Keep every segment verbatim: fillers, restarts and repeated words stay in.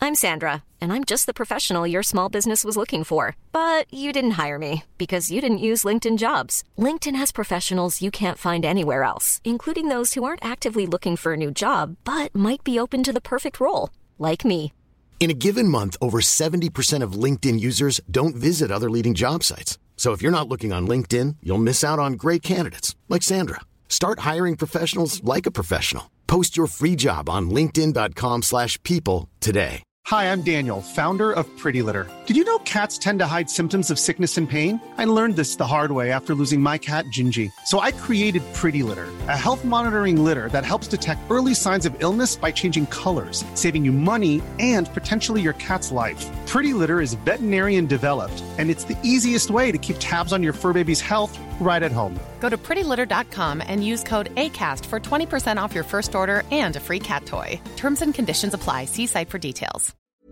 I'm Sandra, and I'm just the professional your small business was looking for. But you didn't hire me because you didn't use LinkedIn Jobs. LinkedIn has professionals you can't find anywhere else, including those who aren't actively looking for a new job, but might be open to the perfect role, like me. In a given month, over seventy percent of LinkedIn users don't visit other leading job sites. So if you're not looking on LinkedIn, you'll miss out on great candidates like Sandra. Start hiring professionals like a professional. Post your free job on linkedin.com slash people today. Hi, I'm Daniel, founder of Pretty Litter. Did you know cats tend to hide symptoms of sickness and pain? I learned this the hard way after losing my cat, Gingy. So I created Pretty Litter, a health monitoring litter that helps detect early signs of illness by changing colors, saving you money and potentially your cat's life. Pretty Litter is veterinarian developed, and it's the easiest way to keep tabs on your fur baby's health right at home. Go to pretty litter dot com and use code ACAST for twenty percent off your first order and a free cat toy. Terms and conditions apply. See site for details.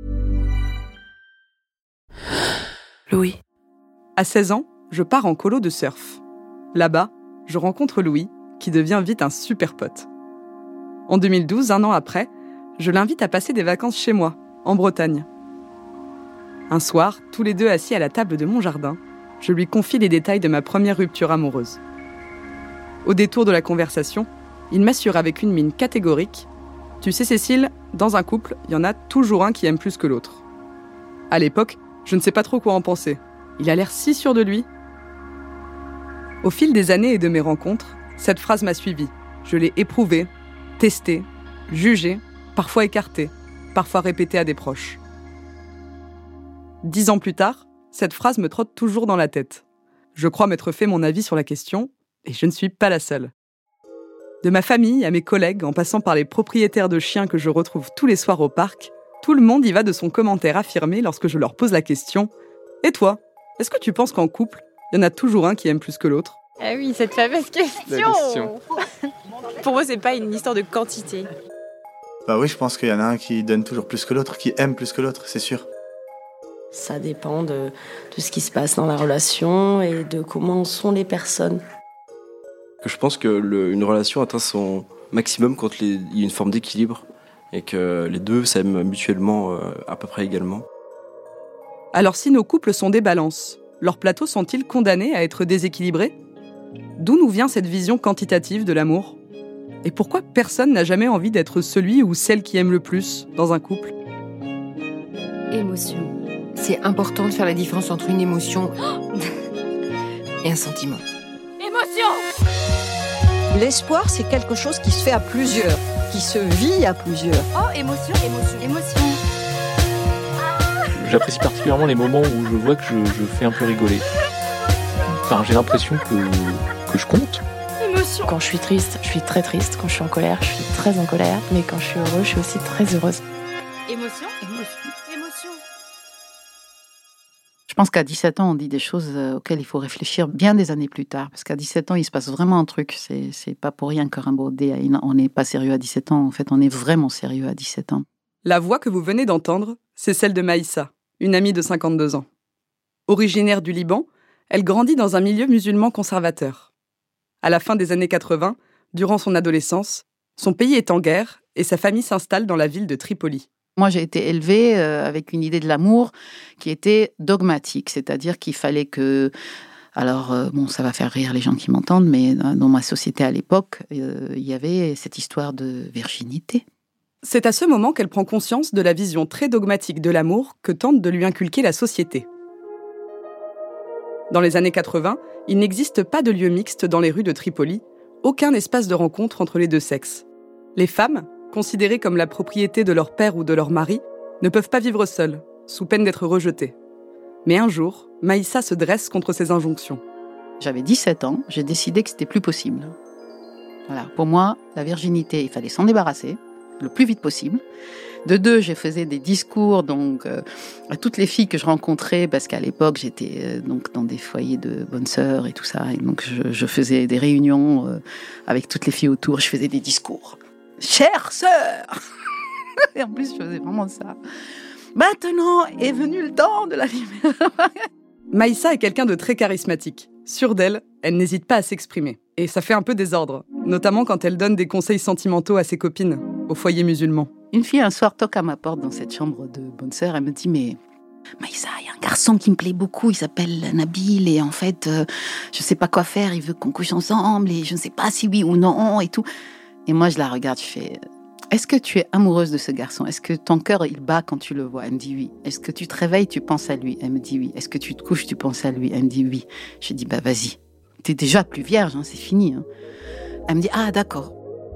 Louis. À seize ans, je pars en colo de surf. Là-bas, je rencontre Louis, qui devient vite un super pote. En deux mille douze, un an après, je l'invite à passer des vacances chez moi, en Bretagne. Un soir, tous les deux assis à la table de mon jardin, je lui confie les détails de ma première rupture amoureuse. Au détour de la conversation, il m'assure avec une mine catégorique « Tu sais Cécile, dans un couple, il y en a toujours un qui aime plus que l'autre. » À l'époque, je ne sais pas trop quoi en penser. Il a l'air si sûr de lui. Au fil des années et de mes rencontres, cette phrase m'a suivie. Je l'ai éprouvée, testée, jugée, parfois écartée, parfois répétée à des proches. Dix ans plus tard, cette phrase me trotte toujours dans la tête. Je crois m'être fait mon avis sur la question, et je ne suis pas la seule. De ma famille à mes collègues, en passant par les propriétaires de chiens que je retrouve tous les soirs au parc, tout le monde y va de son commentaire affirmé lorsque je leur pose la question « Et toi, est-ce que tu penses qu'en couple, il y en a toujours un qui aime plus que l'autre ?» Ah oui, cette fameuse question, question. Pour moi, c'est pas une histoire de quantité. Bah oui, je pense qu'il y en a un qui donne toujours plus que l'autre, qui aime plus que l'autre, c'est sûr. Ça dépend de, de ce qui se passe dans la relation et de comment sont les personnes. Je pense qu'une relation atteint son maximum quand les, il y a une forme d'équilibre et que les deux s'aiment mutuellement euh, à peu près également. Alors si nos couples sont des balances, leurs plateaux sont-ils condamnés à être déséquilibrés ? D'où nous vient cette vision quantitative de l'amour ? Et pourquoi personne n'a jamais envie d'être celui ou celle qui aime le plus dans un couple ? Émotion. C'est important de faire la différence entre une émotion et un sentiment. Émotion ! L'espoir, c'est quelque chose qui se fait à plusieurs, qui se vit à plusieurs. Oh, émotion, émotion, émotion. J'apprécie particulièrement les moments où je vois que je, je fais un peu rigoler. Enfin, j'ai l'impression que, que je compte. Émotion. Quand je suis triste, je suis très triste. Quand je suis en colère, je suis très en colère. Mais quand je suis heureuse, je suis aussi très heureuse. Émotion, émotion, émotion. Je pense qu'à dix-sept ans, on dit des choses auxquelles il faut réfléchir bien des années plus tard. Parce qu'à dix-sept ans, il se passe vraiment un truc. C'est, c'est pas pour rien que Rimbaud dit on n'est pas sérieux à dix-sept ans. En fait, on est vraiment sérieux à dix-sept ans. La voix que vous venez d'entendre, c'est celle de Maïssa, une amie de cinquante-deux ans. Originaire du Liban, elle grandit dans un milieu musulman conservateur. À la fin des années quatre-vingts, durant son adolescence, son pays est en guerre et sa famille s'installe dans la ville de Tripoli. Moi, j'ai été élevée euh, avec une idée de l'amour qui était dogmatique, c'est-à-dire qu'il fallait que... Alors, euh, bon, ça va faire rire les gens qui m'entendent, mais dans ma société à l'époque, euh, il y avait cette histoire de virginité. C'est à ce moment qu'elle prend conscience de la vision très dogmatique de l'amour que tente de lui inculquer la société. Dans les années quatre-vingts, il n'existe pas de lieu mixte dans les rues de Tripoli, aucun espace de rencontre entre les deux sexes. Les femmes, considérées comme la propriété de leur père ou de leur mari, ne peuvent pas vivre seules, sous peine d'être rejetées. Mais un jour, Maïssa se dresse contre ces injonctions. J'avais dix-sept ans, j'ai décidé que c'était plus possible. Voilà, pour moi, la virginité, il fallait s'en débarrasser le plus vite possible. De deux, je faisais des discours donc euh, à toutes les filles que je rencontrais, parce qu'à l'époque, j'étais euh, donc dans des foyers de bonnes sœurs et tout ça. Et donc, je, je faisais des réunions euh, avec toutes les filles autour. Je faisais des discours. Chère sœur. Et en plus, je faisais vraiment ça. Maintenant est venu le temps de la libération. Maïssa est quelqu'un de très charismatique. Sûre d'elle, elle n'hésite pas à s'exprimer. Et ça fait un peu désordre, notamment quand elle donne des conseils sentimentaux à ses copines, au foyer musulman. Une fille, un soir, toque à ma porte dans cette chambre de bonne sœur. Elle me dit, mais Maïssa, il y a un garçon qui me plaît beaucoup, il s'appelle Nabil, et en fait, euh, je ne sais pas quoi faire, il veut qu'on couche ensemble, et je ne sais pas si oui ou non, et tout. Et moi, je la regarde, je fais, est-ce que tu es amoureuse de ce garçon ? Est-ce que ton cœur, il bat quand tu le vois ? Elle me dit oui. Est-ce que tu te réveilles, tu penses à lui ? Elle me dit oui. Est-ce que tu te couches, tu penses à lui ? Elle me dit oui. Je dis, bah vas-y, t'es déjà plus vierge, hein, c'est fini. Hein. Elle me dit, ah d'accord.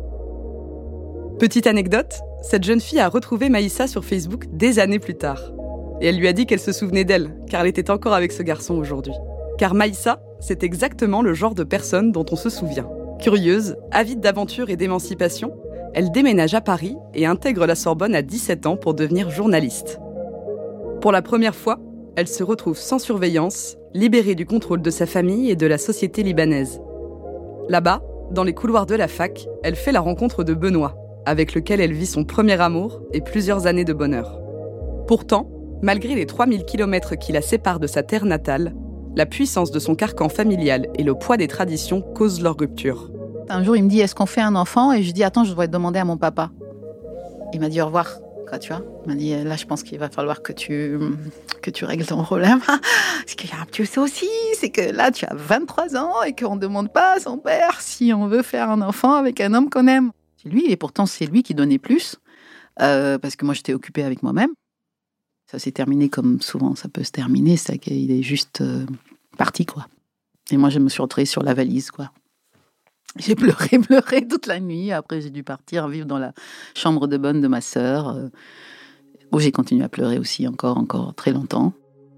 Petite anecdote, cette jeune fille a retrouvé Maïssa sur Facebook des années plus tard. Et elle lui a dit qu'elle se souvenait d'elle, car elle était encore avec ce garçon aujourd'hui. Car Maïssa, c'est exactement le genre de personne dont on se souvient. Curieuse, avide d'aventure et d'émancipation, elle déménage à Paris et intègre la Sorbonne à dix-sept ans pour devenir journaliste. Pour la première fois, elle se retrouve sans surveillance, libérée du contrôle de sa famille et de la société libanaise. Là-bas, dans les couloirs de la fac, elle fait la rencontre de Benoît, avec lequel elle vit son premier amour et plusieurs années de bonheur. Pourtant, malgré les trois mille kilomètres qui la séparent de sa terre natale, la puissance de son carcan familial et le poids des traditions causent leur rupture. Un jour, il me dit, est-ce qu'on fait un enfant ? Et je dis, attends, je dois demander à mon papa. Il m'a dit au revoir, quoi, tu vois. Il m'a dit, là, je pense qu'il va falloir que tu, que tu règles ton problème. Parce qu'il y a un petit chose aussi, c'est que là, tu as vingt-trois ans et qu'on ne demande pas à son père si on veut faire un enfant avec un homme qu'on aime. C'est lui, et pourtant, c'est lui qui donnait plus, euh, parce que moi, j'étais occupée avec moi-même. Ça s'est terminé comme souvent ça peut se terminer, c'est qu'il est juste euh, parti, quoi. Et moi, je me suis retrouvée sur la valise, quoi. J'ai pleuré, pleuré toute la nuit. Après, j'ai dû partir vivre dans la chambre de bonne de ma sœur, euh, où j'ai continué à pleurer aussi encore, encore très longtemps.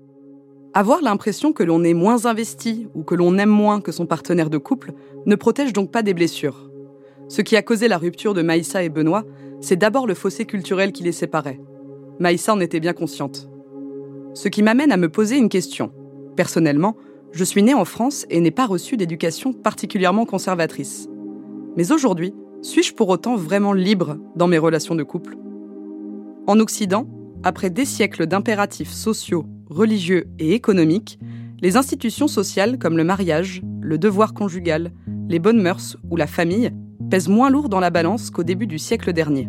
Avoir l'impression que l'on est moins investi ou que l'on aime moins que son partenaire de couple ne protège donc pas des blessures. Ce qui a causé la rupture de Maïssa et Benoît, c'est d'abord le fossé culturel qui les séparait. Maïssa en était bien consciente. Ce qui m'amène à me poser une question. Personnellement, je suis née en France et n'ai pas reçu d'éducation particulièrement conservatrice. Mais aujourd'hui, suis-je pour autant vraiment libre dans mes relations de couple ? En Occident, après des siècles d'impératifs sociaux, religieux et économiques, les institutions sociales comme le mariage, le devoir conjugal, les bonnes mœurs ou la famille pèsent moins lourd dans la balance qu'au début du siècle dernier.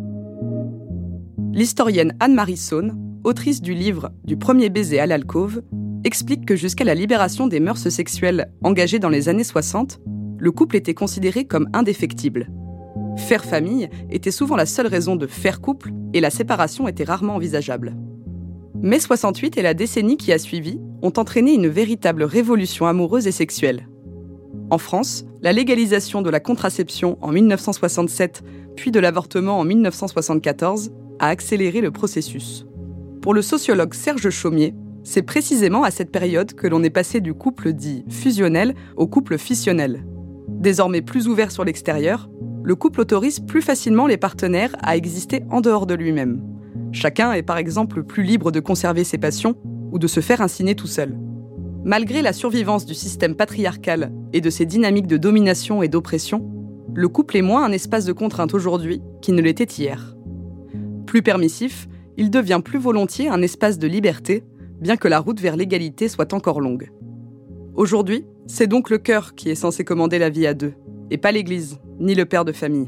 L'historienne Anne-Marie Saune, autrice du livre « Du premier baiser à l'alcôve », explique que jusqu'à la libération des mœurs sexuelles engagées dans les années soixante, le couple était considéré comme indéfectible. Faire famille était souvent la seule raison de faire couple et la séparation était rarement envisageable. Mai soixante-huit et la décennie qui a suivi ont entraîné une véritable révolution amoureuse et sexuelle. En France, la légalisation de la contraception en dix-neuf cent soixante-sept, puis de l'avortement en dix-neuf cent soixante-quatorze, a accéléré le processus. Pour le sociologue Serge Chaumier, c'est précisément à cette période que l'on est passé du couple dit fusionnel au couple fissionnel. Désormais plus ouvert sur l'extérieur, le couple autorise plus facilement les partenaires à exister en dehors de lui-même. Chacun est par exemple plus libre de conserver ses passions ou de se faire inséminer tout seul. Malgré la survivance du système patriarcal et de ses dynamiques de domination et d'oppression, le couple est moins un espace de contrainte aujourd'hui qu'il ne l'était hier. Plus permissif, il devient plus volontiers un espace de liberté, bien que la route vers l'égalité soit encore longue. Aujourd'hui, c'est donc le cœur qui est censé commander la vie à deux, et pas l'Église, ni le père de famille.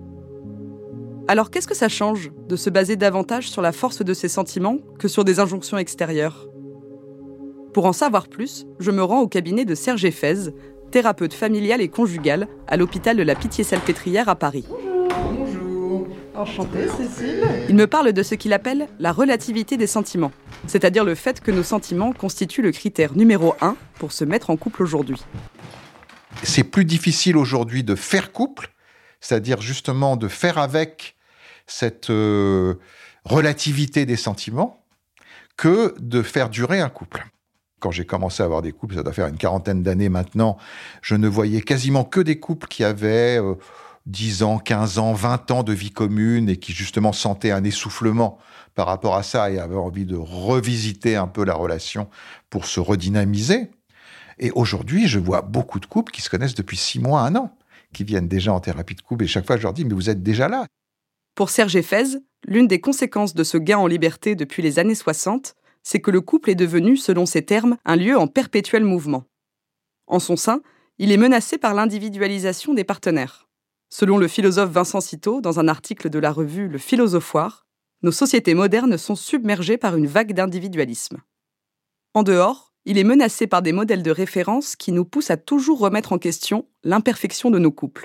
Alors qu'est-ce que ça change de se baser davantage sur la force de ses sentiments que sur des injonctions extérieures ? Pour en savoir plus, je me rends au cabinet de Serge Effez, thérapeute familial et conjugal à l'hôpital de la Pitié-Salpêtrière à Paris. Bonjour. Enchantée, Cécile. Il me parle de ce qu'il appelle la relativité des sentiments, c'est-à-dire le fait que nos sentiments constituent le critère numéro un pour se mettre en couple aujourd'hui. C'est plus difficile aujourd'hui de faire couple, c'est-à-dire justement de faire avec cette euh, relativité des sentiments, que de faire durer un couple. Quand j'ai commencé à avoir des couples, ça doit faire une quarantaine d'années maintenant, je ne voyais quasiment que des couples qui avaient euh, dix ans, quinze ans, vingt ans de vie commune et qui justement sentaient un essoufflement par rapport à ça et avaient envie de revisiter un peu la relation pour se redynamiser. Et aujourd'hui, je vois beaucoup de couples qui se connaissent depuis six mois, un an, qui viennent déjà en thérapie de couple et chaque fois je leur dis « mais vous êtes déjà là ». Pour Serge Effez, l'une des conséquences de ce gain en liberté depuis les années soixante, c'est que le couple est devenu, selon ses termes, un lieu en perpétuel mouvement. En son sein, il est menacé par l'individualisation des partenaires. Selon le philosophe Vincent Citeau, dans un article de la revue Le Philosophoire, nos sociétés modernes sont submergées par une vague d'individualisme. En dehors, il est menacé par des modèles de référence qui nous poussent à toujours remettre en question l'imperfection de nos couples.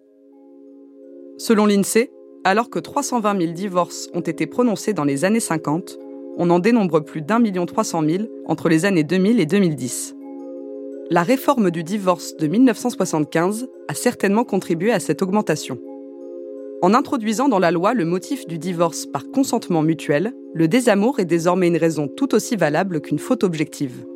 Selon l'INSEE, alors que trois cent vingt mille divorces ont été prononcés dans les années cinquante, on en dénombre plus d'un million trois cent mille entre les années deux mille et deux mille dix. La réforme du divorce de mille neuf cent soixante-quinze a certainement contribué à cette augmentation. En introduisant dans la loi le motif du divorce par consentement mutuel, le désamour est désormais une raison tout aussi valable qu'une faute objective.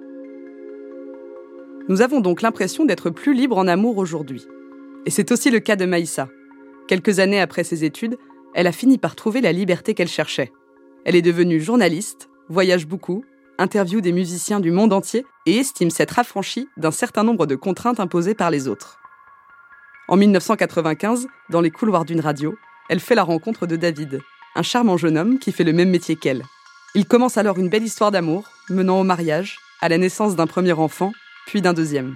Nous avons donc l'impression d'être plus libres en amour aujourd'hui. Et c'est aussi le cas de Maïssa. Quelques années après ses études, elle a fini par trouver la liberté qu'elle cherchait. Elle est devenue journaliste, voyage beaucoup, interviewe des musiciens du monde entier et estime s'être affranchie d'un certain nombre de contraintes imposées par les autres. En mille neuf cent quatre-vingt-quinze, dans les couloirs d'une radio, elle fait la rencontre de David, un charmant jeune homme qui fait le même métier qu'elle. Il commence alors une belle histoire d'amour, menant au mariage, à la naissance d'un premier enfant, puis d'un deuxième.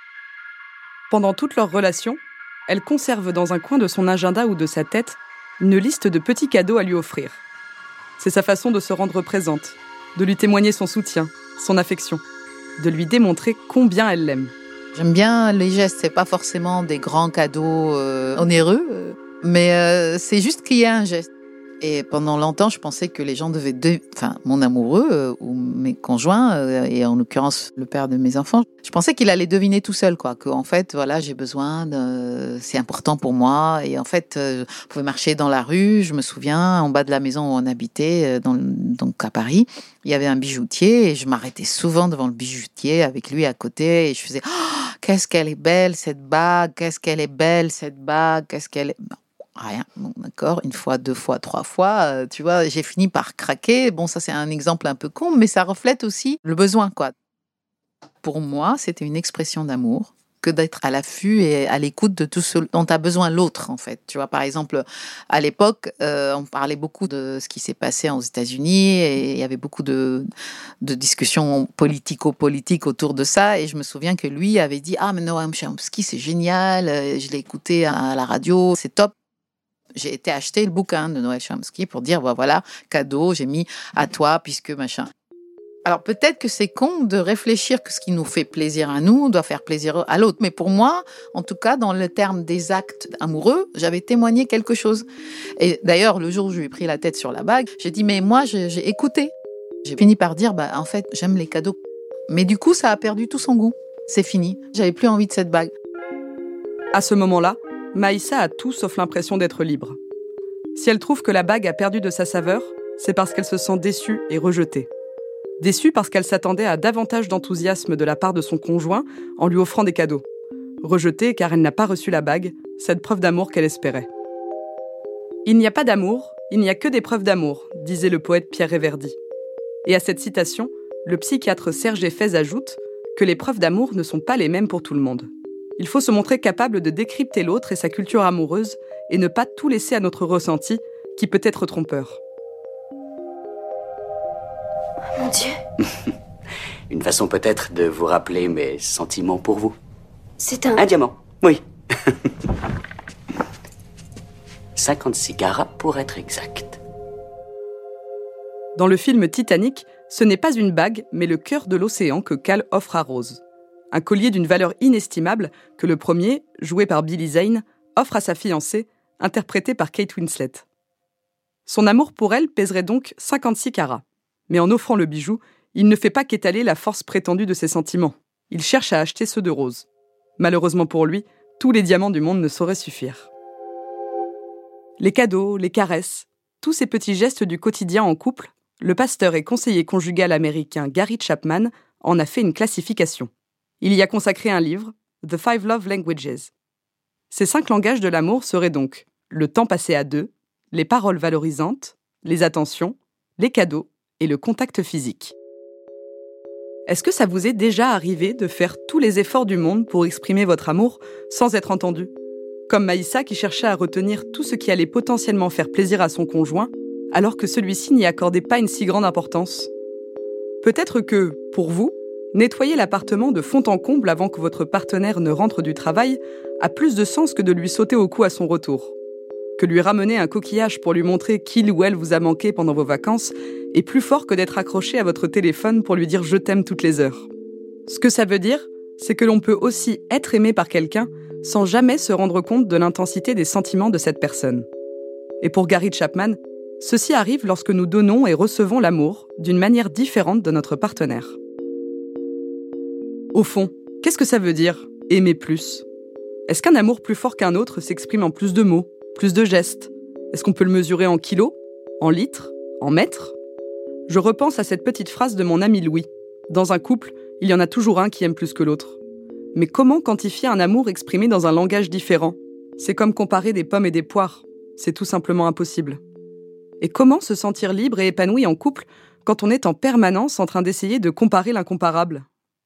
Pendant toute leur relation, elle conserve dans un coin de son agenda ou de sa tête une liste de petits cadeaux à lui offrir. C'est sa façon de se rendre présente, de lui témoigner son soutien, son affection, de lui démontrer combien elle l'aime. J'aime bien les gestes, c'est pas forcément des grands cadeaux euh, onéreux, euh, mais euh, c'est juste qu'il y a un geste. Et pendant longtemps, je pensais que les gens devaient... De... Enfin, mon amoureux euh, ou mes conjoints, euh, et en l'occurrence le père de mes enfants, je pensais qu'il allait deviner tout seul, quoi. Qu'en fait, voilà, j'ai besoin de... C'est important pour moi. Et en fait, euh, on pouvait marcher dans la rue. Je me souviens, en bas de la maison où on habitait, euh, dans, donc à Paris, il y avait un bijoutier et je m'arrêtais souvent devant le bijoutier avec lui à côté et je faisais oh, « Qu'est-ce qu'elle est belle, cette bague! Qu'est-ce qu'elle est belle, cette bague! Qu'est-ce qu'elle est... » Rien, bon, d'accord, une fois, deux fois, trois fois, euh, tu vois, j'ai fini par craquer. Bon, ça c'est un exemple un peu con, mais ça reflète aussi le besoin, quoi. Pour moi, c'était une expression d'amour que d'être à l'affût et à l'écoute de tout ce dont a besoin l'autre, en fait. Tu vois, par exemple, à l'époque, euh, on parlait beaucoup de ce qui s'est passé aux États-Unis et il y avait beaucoup de, de discussions politico-politiques autour de ça. Et je me souviens que lui avait dit « Ah, mais Noam Chomsky, c'est génial, je l'ai écouté à la radio, c'est top. » J'ai été acheter le bouquin de Noam Chomsky pour dire, bah, voilà, cadeau, j'ai mis à toi, puisque machin. Alors peut-être que c'est con de réfléchir que ce qui nous fait plaisir à nous doit faire plaisir à l'autre. Mais pour moi, en tout cas, dans le terme des actes amoureux, j'avais témoigné quelque chose. Et d'ailleurs, le jour où je lui ai pris la tête sur la bague, j'ai dit, mais moi, j'ai, j'ai écouté. J'ai fini par dire, bah, en fait, j'aime les cadeaux. Mais du coup, ça a perdu tout son goût. C'est fini. J'avais plus envie de cette bague. À ce moment-là, Maïssa a tout sauf l'impression d'être libre. Si elle trouve que la bague a perdu de sa saveur, c'est parce qu'elle se sent déçue et rejetée. Déçue parce qu'elle s'attendait à davantage d'enthousiasme de la part de son conjoint en lui offrant des cadeaux. Rejetée car elle n'a pas reçu la bague, cette preuve d'amour qu'elle espérait. « Il n'y a pas d'amour, il n'y a que des preuves d'amour », disait le poète Pierre Réverdy. Et à cette citation, le psychiatre Serge Effez ajoute que les preuves d'amour ne sont pas les mêmes pour tout le monde. Il faut se montrer capable de décrypter l'autre et sa culture amoureuse et ne pas tout laisser à notre ressenti, qui peut être trompeur. Mon Dieu. Une façon peut-être de vous rappeler mes sentiments pour vous. C'est un... Un diamant, oui. cinquante-six carats pour être exact. Dans le film Titanic, ce n'est pas une bague, mais le cœur de l'océan que Cal offre à Rose. Un collier d'une valeur inestimable que le premier, joué par Billy Zane, offre à sa fiancée, interprétée par Kate Winslet. Son amour pour elle pèserait donc cinquante-six carats. Mais en offrant le bijou, il ne fait pas qu'étaler la force prétendue de ses sentiments. Il cherche à acheter ceux de Rose. Malheureusement pour lui, tous les diamants du monde ne sauraient suffire. Les cadeaux, les caresses, tous ces petits gestes du quotidien en couple, le pasteur et conseiller conjugal américain Gary Chapman en a fait une classification. Il y a consacré un livre, The Five Love Languages. Ces cinq langages de l'amour seraient donc le temps passé à deux, les paroles valorisantes, les attentions, les cadeaux et le contact physique. Est-ce que ça vous est déjà arrivé de faire tous les efforts du monde pour exprimer votre amour sans être entendu ? Comme Maïssa qui cherchait à retenir tout ce qui allait potentiellement faire plaisir à son conjoint, alors que celui-ci n'y accordait pas une si grande importance. Peut-être que, pour vous, nettoyer l'appartement de fond en comble avant que votre partenaire ne rentre du travail a plus de sens que de lui sauter au cou à son retour. que lui ramener un coquillage pour lui montrer qu'il ou elle vous a manqué pendant vos vacances est plus fort que d'être accroché à votre téléphone pour lui dire « je t'aime » toutes les heures. Ce que ça veut dire, c'est que l'on peut aussi être aimé par quelqu'un sans jamais se rendre compte de l'intensité des sentiments de cette personne. Et pour Gary Chapman, ceci arrive lorsque nous donnons et recevons l'amour d'une manière différente de notre partenaire. Au fond, qu'est-ce que ça veut dire, aimer plus ? Est-ce qu'un amour plus fort qu'un autre s'exprime en plus de mots, plus de gestes ? Est-ce qu'on peut le mesurer en kilos, en litres, en mètres ? Je repense à cette petite phrase de mon ami Louis. Dans un couple, il y en a toujours un qui aime plus que l'autre. Mais comment quantifier un amour exprimé dans un langage différent ? C'est comme comparer des pommes et des poires. C'est tout simplement impossible. Et comment se sentir libre et épanoui en couple quand on est en permanence en train d'essayer de comparer l'incomparable ?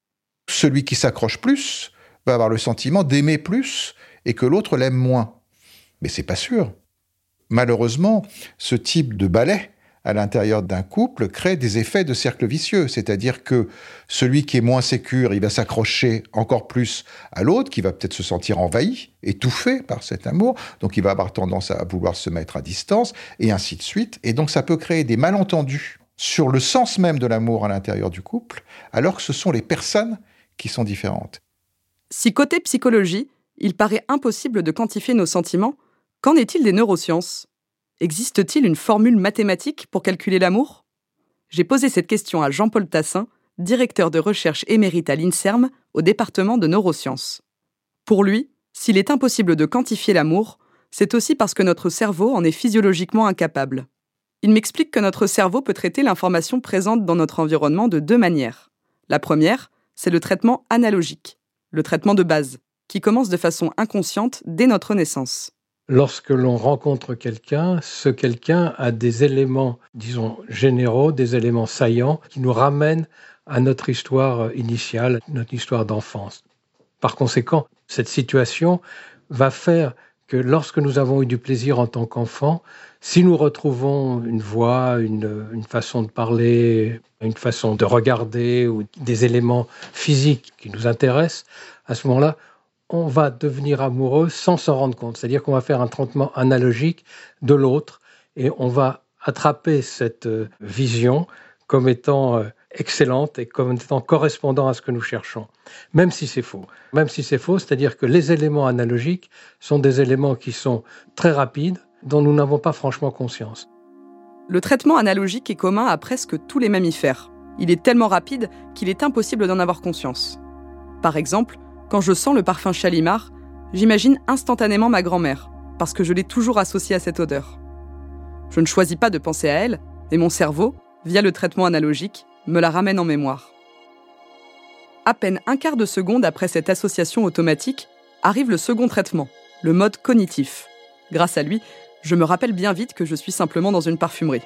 Celui qui s'accroche plus va avoir le sentiment d'aimer plus et que l'autre l'aime moins. Mais c'est pas sûr. Malheureusement, ce type de balai à l'intérieur d'un couple crée des effets de cercle vicieux. C'est-à-dire que celui qui est moins sécure, il va s'accrocher encore plus à l'autre, qui va peut-être se sentir envahi, étouffé par cet amour. Donc il va avoir tendance à vouloir se mettre à distance, et ainsi de suite. Et donc ça peut créer des malentendus sur le sens même de l'amour à l'intérieur du couple, alors que ce sont les personnes qui sont différentes. Si côté psychologie, il paraît impossible de quantifier nos sentiments, qu'en est-il des neurosciences ? Existe-t-il une formule mathématique pour calculer l'amour ? J'ai posé cette question à Jean-Paul Tassin, directeur de recherche émérite à l'INSERM, au département de neurosciences. Pour lui, s'il est impossible de quantifier l'amour, c'est aussi parce que notre cerveau en est physiologiquement incapable. Il m'explique que notre cerveau peut traiter l'information présente dans notre environnement de deux manières. La première, c'est le traitement analogique, le traitement de base, qui commence de façon inconsciente dès notre naissance. Lorsque l'on rencontre quelqu'un, ce quelqu'un a des éléments, disons, généraux, des éléments saillants qui nous ramènent à notre histoire initiale, notre histoire d'enfance. Par conséquent, cette situation va faire que lorsque nous avons eu du plaisir en tant qu'enfant, si nous retrouvons une voix, une, une façon de parler, une façon de regarder ou des éléments physiques qui nous intéressent, à ce moment-là, on va devenir amoureux sans s'en rendre compte. C'est-à-dire qu'on va faire un traitement analogique de l'autre et on va attraper cette vision comme étant excellente et comme étant correspondant à ce que nous cherchons, même si c'est faux. Même si c'est faux, c'est-à-dire que les éléments analogiques sont des éléments qui sont très rapides, dont nous n'avons pas franchement conscience. Le traitement analogique est commun à presque tous les mammifères. Il est tellement rapide qu'il est impossible d'en avoir conscience. Par exemple, quand je sens le parfum Chalimard, j'imagine instantanément ma grand-mère, parce que je l'ai toujours associée à cette odeur. Je ne choisis pas de penser à elle, et mon cerveau, via le traitement analogique, me la ramène en mémoire. À peine un quart de seconde après cette association automatique, arrive le second traitement, le mode cognitif. Grâce à lui, je me rappelle bien vite que je suis simplement dans une parfumerie.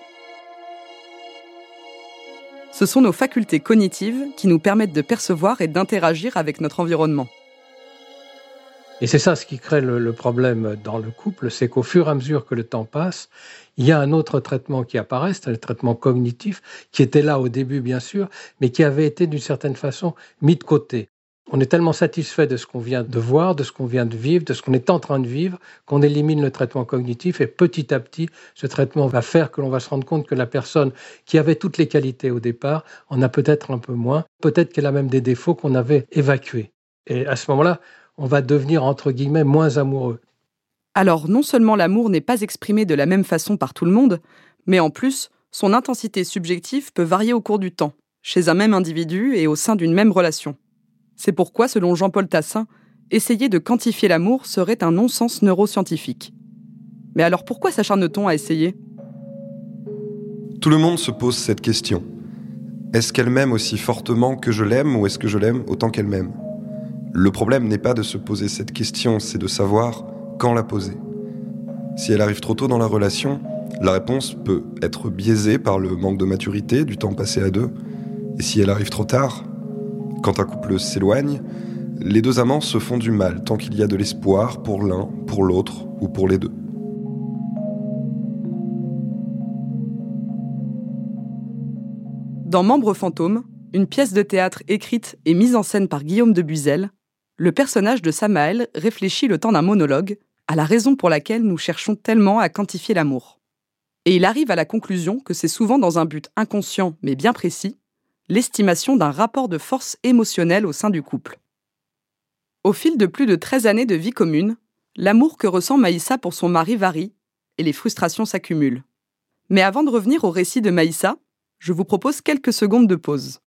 Ce sont nos facultés cognitives qui nous permettent de percevoir et d'interagir avec notre environnement. Et c'est ça ce qui crée le, le problème dans le couple, c'est qu'au fur et à mesure que le temps passe, il y a un autre traitement qui apparaît, c'est le traitement cognitif, qui était là au début bien sûr, mais qui avait été d'une certaine façon mis de côté. On est tellement satisfait de ce qu'on vient de voir, de ce qu'on vient de vivre, de ce qu'on est en train de vivre, qu'on élimine le traitement cognitif et petit à petit, ce traitement va faire que l'on va se rendre compte que la personne qui avait toutes les qualités au départ en a peut-être un peu moins, peut-être qu'elle a même des défauts qu'on avait évacués. Et à ce moment-là, on va devenir entre guillemets moins amoureux. Alors non seulement l'amour n'est pas exprimé de la même façon par tout le monde, mais en plus, son intensité subjective peut varier au cours du temps, chez un même individu et au sein d'une même relation. C'est pourquoi, selon Jean-Paul Tassin, essayer de quantifier l'amour serait un non-sens neuroscientifique. Mais alors pourquoi s'acharne-t-on à essayer ? Tout le monde se pose cette question. Est-ce qu'elle m'aime aussi fortement que je l'aime ou est-ce que je l'aime autant qu'elle m'aime ? Le problème n'est pas de se poser cette question, c'est de savoir quand la poser. Si elle arrive trop tôt dans la relation, la réponse peut être biaisée par le manque de maturité, du temps passé à deux. Et si elle arrive trop tard, quand un couple s'éloigne, les deux amants se font du mal tant qu'il y a de l'espoir pour l'un, pour l'autre ou pour les deux. Dans Membre fantôme, une pièce de théâtre écrite et mise en scène par Guillaume de Buzel, le personnage de Samaël réfléchit le temps d'un monologue à la raison pour laquelle nous cherchons tellement à quantifier l'amour. Et il arrive à la conclusion que c'est souvent dans un but inconscient mais bien précis, l'estimation d'un rapport de force émotionnelle au sein du couple. Au fil de plus de treize années de vie commune, l'amour que ressent Maïssa pour son mari varie et les frustrations s'accumulent. Mais avant de revenir au récit de Maïssa, je vous propose quelques secondes de pause.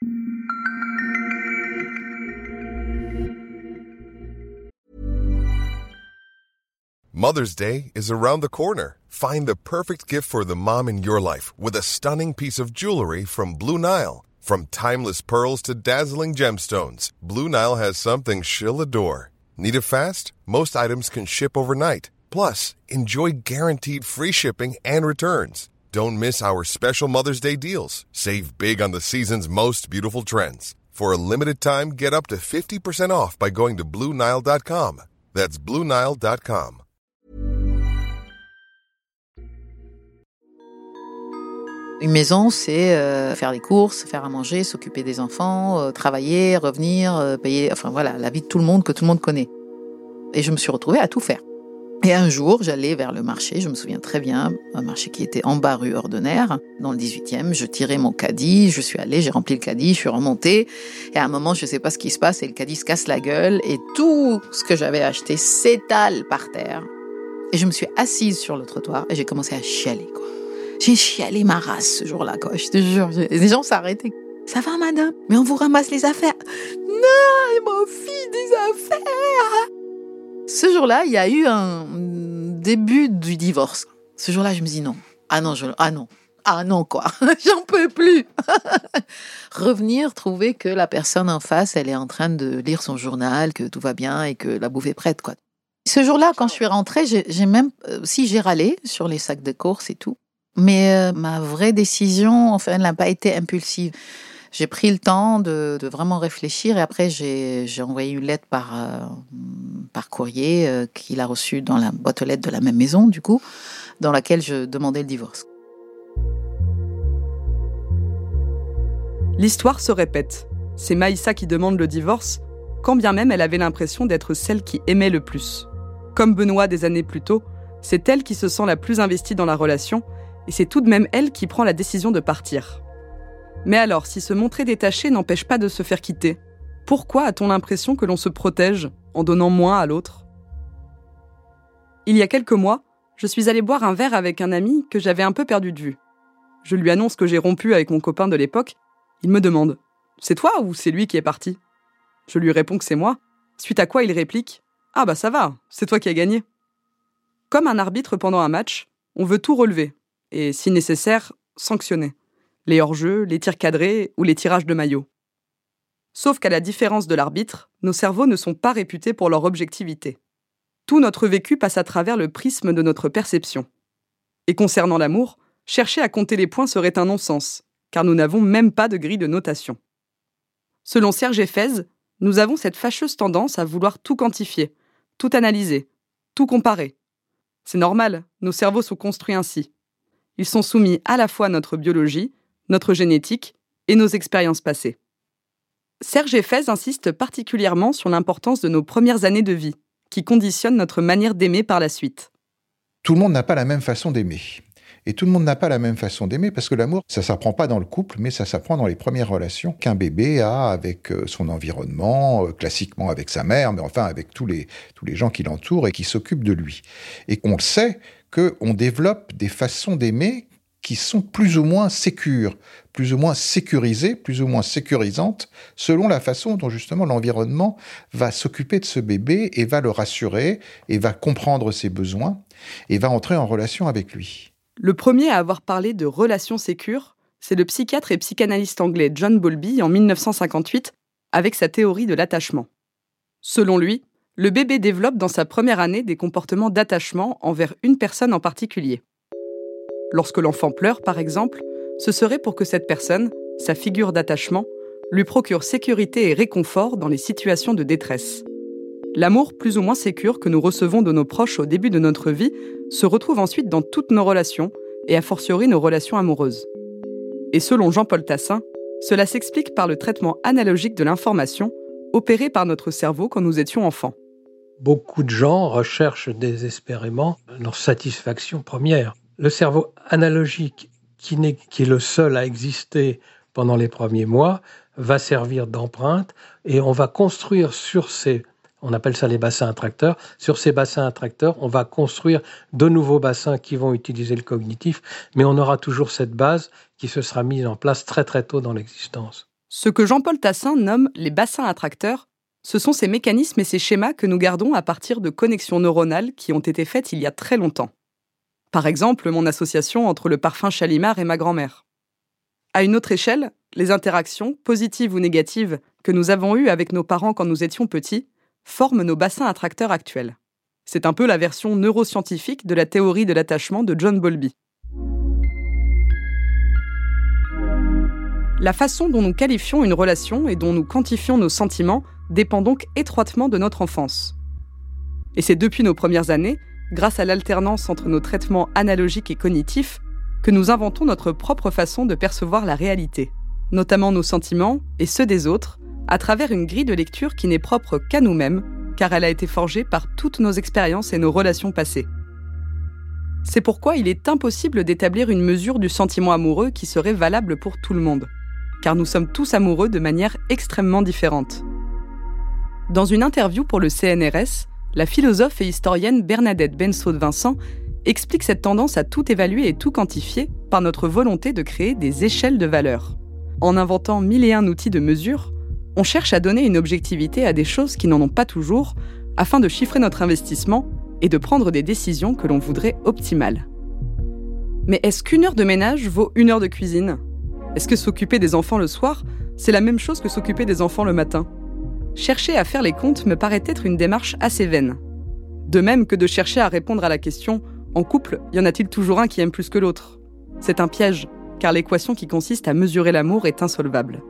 Mother's Day is around the corner. Find the perfect gift for the mom in your life with a stunning piece of jewelry from Blue Nile. From timeless pearls to dazzling gemstones, Blue Nile has something she'll adore. Need it fast? Most items can ship overnight. Plus, enjoy guaranteed free shipping and returns. Don't miss our special Mother's Day deals. Save big on the season's most beautiful trends. For a limited time, get up to fifty percent off by going to Blue Nile dot com. That's Blue Nile dot com. Une maison, c'est euh, faire les courses, faire à manger, s'occuper des enfants, euh, travailler, revenir, euh, payer, enfin voilà, la vie de tout le monde que tout le monde connaît. Et je me suis retrouvée à tout faire. Et un jour, j'allais vers le marché, je me souviens très bien, un marché qui était en bas rue Ordonnaire, dans le dix-huitième, je tirais mon caddie, je suis allée, j'ai rempli le caddie, je suis remontée, et à un moment, je sais pas ce qui se passe, et le caddie se casse la gueule, et tout ce que j'avais acheté s'étale par terre. Et je me suis assise sur le trottoir, et j'ai commencé à chialer, quoi. J'ai chialé ma race ce jour-là, quoi, je te jure. Les gens s'arrêtaient. Ça va, madame? Mais on vous ramasse les affaires. Non, ils m'ont fait des affaires. Ce jour-là, il y a eu un début du divorce. Ce jour-là, je me dis non. Ah non, je, ah non. Ah non, quoi. J'en peux plus. Revenir, trouver que la personne en face, elle est en train de lire son journal, que tout va bien et que la bouffe est prête, quoi. Ce jour-là, quand je suis rentrée, j'ai, j'ai même, euh, si j'ai râlé sur les sacs de courses et tout, mais euh, ma vraie décision, enfin, elle n'a pas été impulsive. J'ai pris le temps de, de vraiment réfléchir et après, j'ai, j'ai envoyé une lettre par, euh, par courrier euh, qu'il a reçue dans la boîte aux lettres de la même maison, du coup, dans laquelle je demandais le divorce. L'histoire se répète. C'est Maïssa qui demande le divorce, quand bien même elle avait l'impression d'être celle qui aimait le plus. Comme Benoît des années plus tôt, c'est elle qui se sent la plus investie dans la relation et c'est tout de même elle qui prend la décision de partir. Mais alors, si se montrer détaché n'empêche pas de se faire quitter, pourquoi a-t-on l'impression que l'on se protège en donnant moins à l'autre ? Il y a quelques mois, je suis allée boire un verre avec un ami que j'avais un peu perdu de vue. Je lui annonce que j'ai rompu avec mon copain de l'époque. Il me demande « C'est toi ou c'est lui qui est parti ?» Je lui réponds que c'est moi, suite à quoi il réplique « Ah bah ça va, c'est toi qui as gagné ». Comme un arbitre pendant un match, on veut tout relever et, si nécessaire, sanctionner. Les hors-jeux, les tirs cadrés ou les tirages de maillot. Sauf qu'à la différence de l'arbitre, nos cerveaux ne sont pas réputés pour leur objectivité. Tout notre vécu passe à travers le prisme de notre perception. Et concernant l'amour, chercher à compter les points serait un non-sens, car nous n'avons même pas de grille de notation. Selon Serge Effez, nous avons cette fâcheuse tendance à vouloir tout quantifier, tout analyser, tout comparer. C'est normal, nos cerveaux sont construits ainsi. Ils sont soumis à la fois à notre biologie, notre génétique et nos expériences passées. Serge Effez insiste particulièrement sur l'importance de nos premières années de vie, qui conditionnent notre manière d'aimer par la suite. Tout le monde n'a pas la même façon d'aimer. Et tout le monde n'a pas la même façon d'aimer, parce que l'amour, ça ne s'apprend pas dans le couple, mais ça s'apprend dans les premières relations qu'un bébé a avec son environnement, classiquement avec sa mère, mais enfin avec tous les, tous les gens qui l'entourent et qui s'occupent de lui. Et on le sait qu'on développe des façons d'aimer qui sont plus ou moins sécures, plus ou moins sécurisées, plus ou moins sécurisantes, selon la façon dont justement l'environnement va s'occuper de ce bébé et va le rassurer, et va comprendre ses besoins, et va entrer en relation avec lui. Le premier à avoir parlé de relations sécures, c'est le psychiatre et psychanalyste anglais John Bowlby en dix-neuf cent cinquante-huit, avec sa théorie de l'attachement. Selon lui, le bébé développe dans sa première année des comportements d'attachement envers une personne en particulier. Lorsque l'enfant pleure, par exemple, ce serait pour que cette personne, sa figure d'attachement, lui procure sécurité et réconfort dans les situations de détresse. L'amour plus ou moins sécure que nous recevons de nos proches au début de notre vie se retrouve ensuite dans toutes nos relations, et a fortiori nos relations amoureuses. Et selon Jean-Paul Tassin, cela s'explique par le traitement analogique de l'information opéré par notre cerveau quand nous étions enfants. Beaucoup de gens recherchent désespérément leur satisfaction première. Le cerveau analogique, qui, n'est, qui est le seul à exister pendant les premiers mois, va servir d'empreinte et on va construire sur ces, on appelle ça les bassins attracteurs, sur ces bassins attracteurs, on va construire de nouveaux bassins qui vont utiliser le cognitif, mais on aura toujours cette base qui se sera mise en place très très tôt dans l'existence. Ce que Jean-Paul Tassin nomme les bassins attracteurs, ce sont ces mécanismes et ces schémas que nous gardons à partir de connexions neuronales qui ont été faites il y a très longtemps. Par exemple, mon association entre le parfum Chalimard et ma grand-mère. À une autre échelle, les interactions, positives ou négatives, que nous avons eues avec nos parents quand nous étions petits, forment nos bassins attracteurs actuels. C'est un peu la version neuroscientifique de la théorie de l'attachement de John Bowlby. La façon dont nous qualifions une relation et dont nous quantifions nos sentiments dépend donc étroitement de notre enfance. Et c'est depuis nos premières années, grâce à l'alternance entre nos traitements analogiques et cognitifs, que nous inventons notre propre façon de percevoir la réalité, notamment nos sentiments et ceux des autres, à travers une grille de lecture qui n'est propre qu'à nous-mêmes, car elle a été forgée par toutes nos expériences et nos relations passées. C'est pourquoi il est impossible d'établir une mesure du sentiment amoureux qui serait valable pour tout le monde, car nous sommes tous amoureux de manière extrêmement différente. Dans une interview pour le C N R S, la philosophe et historienne Bernadette Bensaud-Vincent explique cette tendance à tout évaluer et tout quantifier par notre volonté de créer des échelles de valeurs. En inventant mille et un outils de mesure, on cherche à donner une objectivité à des choses qui n'en ont pas toujours, afin de chiffrer notre investissement et de prendre des décisions que l'on voudrait optimales. Mais est-ce qu'une heure de ménage vaut une heure de cuisine ? Est-ce que s'occuper des enfants le soir, c'est la même chose que s'occuper des enfants le matin ? Chercher à faire les comptes me paraît être une démarche assez vaine. De même que de chercher à répondre à la question « En couple, y en a-t-il toujours un qui aime plus que l'autre ?» C'est un piège, car l'équation qui consiste à mesurer l'amour est insolvable.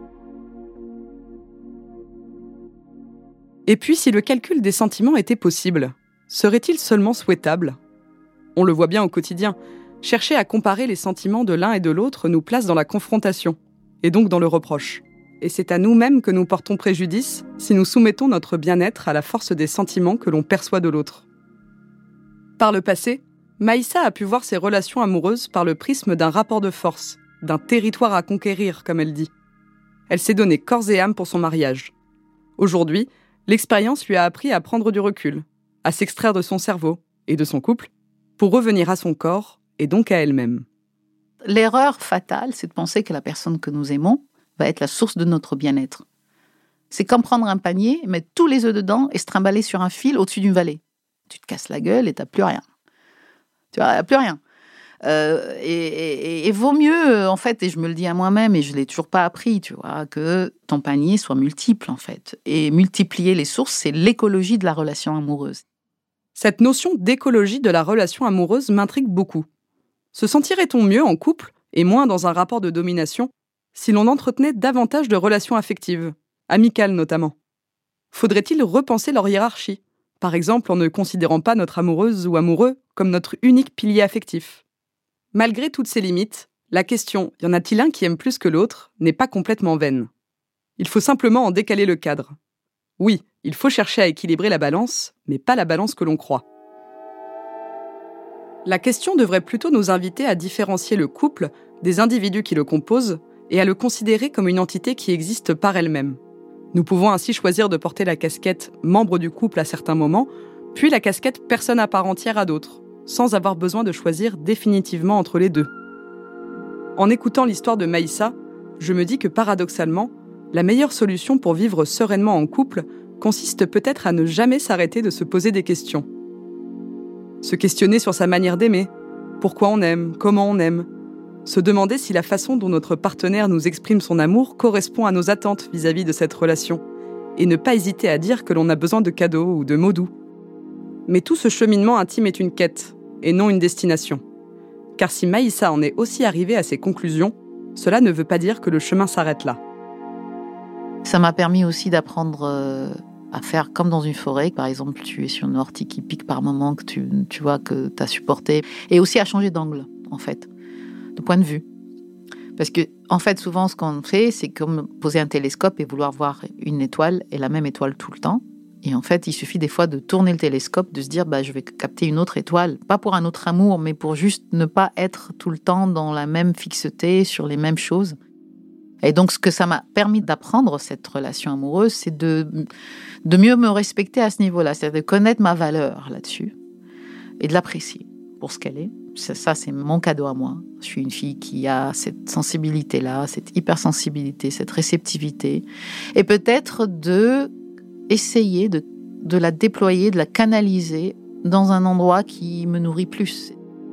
Et puis, si le calcul des sentiments était possible, serait-il seulement souhaitable ? On le voit bien au quotidien. Chercher à comparer les sentiments de l'un et de l'autre nous place dans la confrontation, et donc dans le reproche. Et c'est à nous-mêmes que nous portons préjudice si nous soumettons notre bien-être à la force des sentiments que l'on perçoit de l'autre. Par le passé, Maïssa a pu voir ses relations amoureuses par le prisme d'un rapport de force, d'un territoire à conquérir, comme elle dit. Elle s'est donnée corps et âme pour son mariage. Aujourd'hui, l'expérience lui a appris à prendre du recul, à s'extraire de son cerveau et de son couple, pour revenir à son corps et donc à elle-même. L'erreur fatale, c'est de penser que la personne que nous aimons va être la source de notre bien-être. C'est comme prendre un panier, mettre tous les œufs dedans et se trimballer sur un fil au-dessus d'une vallée. Tu te casses la gueule et t'as plus rien. Tu vois, plus rien. Euh, et, et, et vaut mieux, en fait, et je me le dis à moi-même, et je l'ai toujours pas appris, tu vois, que ton panier soit multiple, en fait. Et multiplier les sources, c'est l'écologie de la relation amoureuse. Cette notion d'écologie de la relation amoureuse m'intrigue beaucoup. Se sentirait-on mieux en couple, et moins dans un rapport de domination, si l'on entretenait davantage de relations affectives, amicales notamment ? Faudrait-il repenser leur hiérarchie, par exemple en ne considérant pas notre amoureuse ou amoureux comme notre unique pilier affectif ? Malgré toutes ces limites, la question « y en a-t-il un qui aime plus que l'autre ?» n'est pas complètement vaine. Il faut simplement en décaler le cadre. Oui, il faut chercher à équilibrer la balance, mais pas la balance que l'on croit. La question devrait plutôt nous inviter à différencier le couple des individus qui le composent et à le considérer comme une entité qui existe par elle-même. Nous pouvons ainsi choisir de porter la casquette « membre du couple » à certains moments, puis la casquette « personne à part entière » à d'autres, sans avoir besoin de choisir définitivement entre les deux. En écoutant l'histoire de Maïssa, je me dis que paradoxalement, la meilleure solution pour vivre sereinement en couple consiste peut-être à ne jamais s'arrêter de se poser des questions. Se questionner sur sa manière d'aimer, pourquoi on aime, comment on aime, se demander si la façon dont notre partenaire nous exprime son amour correspond à nos attentes vis-à-vis de cette relation, et ne pas hésiter à dire que l'on a besoin de cadeaux ou de mots doux. Mais tout ce cheminement intime est une quête, et non une destination. Car si Maïssa en est aussi arrivée à ses conclusions, cela ne veut pas dire que le chemin s'arrête là. Ça m'a permis aussi d'apprendre euh, à faire comme dans une forêt. Par exemple, tu es sur une ortie qui pique par moment, que tu, tu vois que tu as supporté. Et aussi à changer d'angle, en fait, de point de vue. Parce que, en fait, souvent, ce qu'on fait, c'est comme poser un télescope et vouloir voir une étoile et la même étoile tout le temps. Et en fait, il suffit des fois de tourner le télescope, de se dire bah, je vais capter une autre étoile, pas pour un autre amour, mais pour juste ne pas être tout le temps dans la même fixeté, sur les mêmes choses. Et donc, ce que ça m'a permis d'apprendre, cette relation amoureuse, c'est de, de mieux me respecter à ce niveau-là, c'est-à-dire de connaître ma valeur là-dessus et de l'apprécier pour ce qu'elle est. Ça, ça, c'est mon cadeau à moi. Je suis une fille qui a cette sensibilité-là, cette hypersensibilité, cette réceptivité. Et peut-être de essayer de, de la déployer, de la canaliser dans un endroit qui me nourrit plus.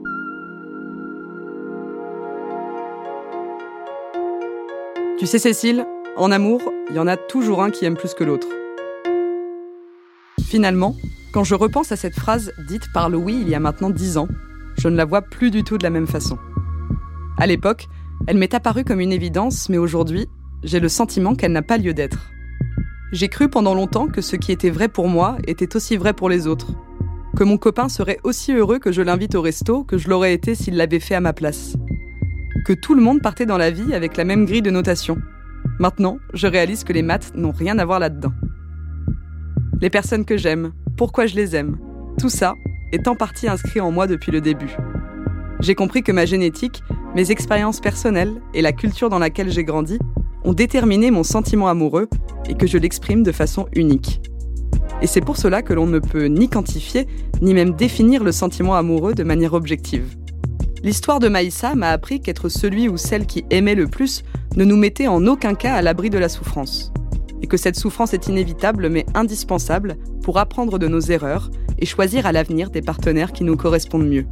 Tu sais, Cécile, en amour, il y en a toujours un qui aime plus que l'autre. Finalement, quand je repense à cette phrase dite par Louis il y a maintenant dix ans, je ne la vois plus du tout de la même façon. À l'époque, elle m'est apparue comme une évidence, mais aujourd'hui, j'ai le sentiment qu'elle n'a pas lieu d'être. J'ai cru pendant longtemps que ce qui était vrai pour moi était aussi vrai pour les autres. Que mon copain serait aussi heureux que je l'invite au resto que je l'aurais été s'il l'avait fait à ma place. Que tout le monde partait dans la vie avec la même grille de notation. Maintenant, je réalise que les maths n'ont rien à voir là-dedans. Les personnes que j'aime, pourquoi je les aime, tout ça est en partie inscrit en moi depuis le début. J'ai compris que ma génétique, mes expériences personnelles et la culture dans laquelle j'ai grandi ont déterminé mon sentiment amoureux et que je l'exprime de façon unique. Et c'est pour cela que l'on ne peut ni quantifier, ni même définir le sentiment amoureux de manière objective. L'histoire de Maïssa m'a appris qu'être celui ou celle qui aimait le plus ne nous mettait en aucun cas à l'abri de la souffrance. Et que cette souffrance est inévitable mais indispensable pour apprendre de nos erreurs et choisir à l'avenir des partenaires qui nous correspondent mieux.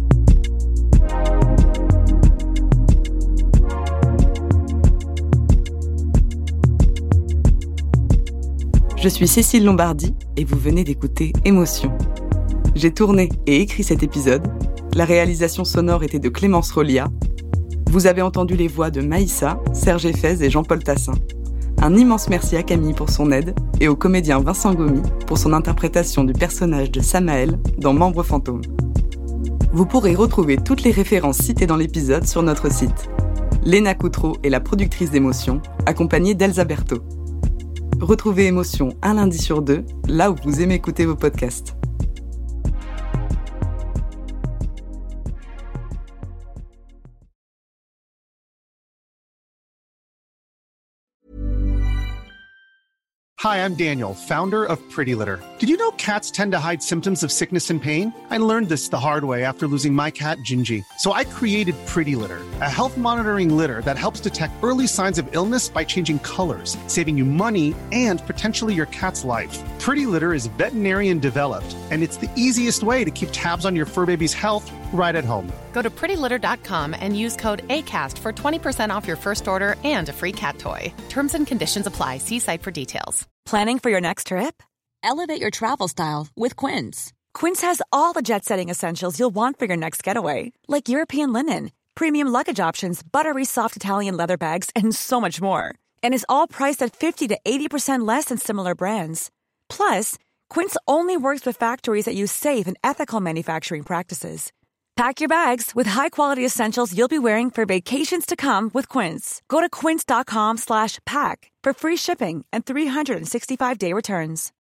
Je suis Cécile Lombardi et vous venez d'écouter Émotion. J'ai tourné et écrit cet épisode. La réalisation sonore était de Clémence Rollia. Vous avez entendu les voix de Maïssa, Serge Effez et Jean-Paul Tassin. Un immense merci à Camille pour son aide et au comédien Vincent Gomis pour son interprétation du personnage de Samaël dans Membre fantôme. Vous pourrez retrouver toutes les références citées dans l'épisode sur notre site. Léna Coutreau est la productrice d'Émotion, accompagnée d'Elsa Berthaud. Retrouvez Émotion un lundi sur deux, là où vous aimez écouter vos podcasts. Hi, I'm Daniel, founder of Pretty Litter. Did you know cats tend to hide symptoms of sickness and pain? I learned this the hard way after losing my cat, Gingy. So I created Pretty Litter, a health monitoring litter that helps detect early signs of illness by changing colors, saving you money and potentially your cat's life. Pretty Litter is veterinarian developed, and it's the easiest way to keep tabs on your fur baby's health right at home. Go to pretty litter dot com and use code ACAST for twenty percent off your first order and a free cat toy. Terms and conditions apply. See site for details. Planning for your next trip? Elevate your travel style with Quince. Quince has all the jet-setting essentials you'll want for your next getaway, like European linen, premium luggage options, buttery soft Italian leather bags, and so much more. And is all priced at fifty to eighty percent less than similar brands. Plus, Quince only works with factories that use safe and ethical manufacturing practices. Pack your bags with high-quality essentials you'll be wearing for vacations to come with Quince. Go to quince dot com slash pack for free shipping and three sixty-five day returns.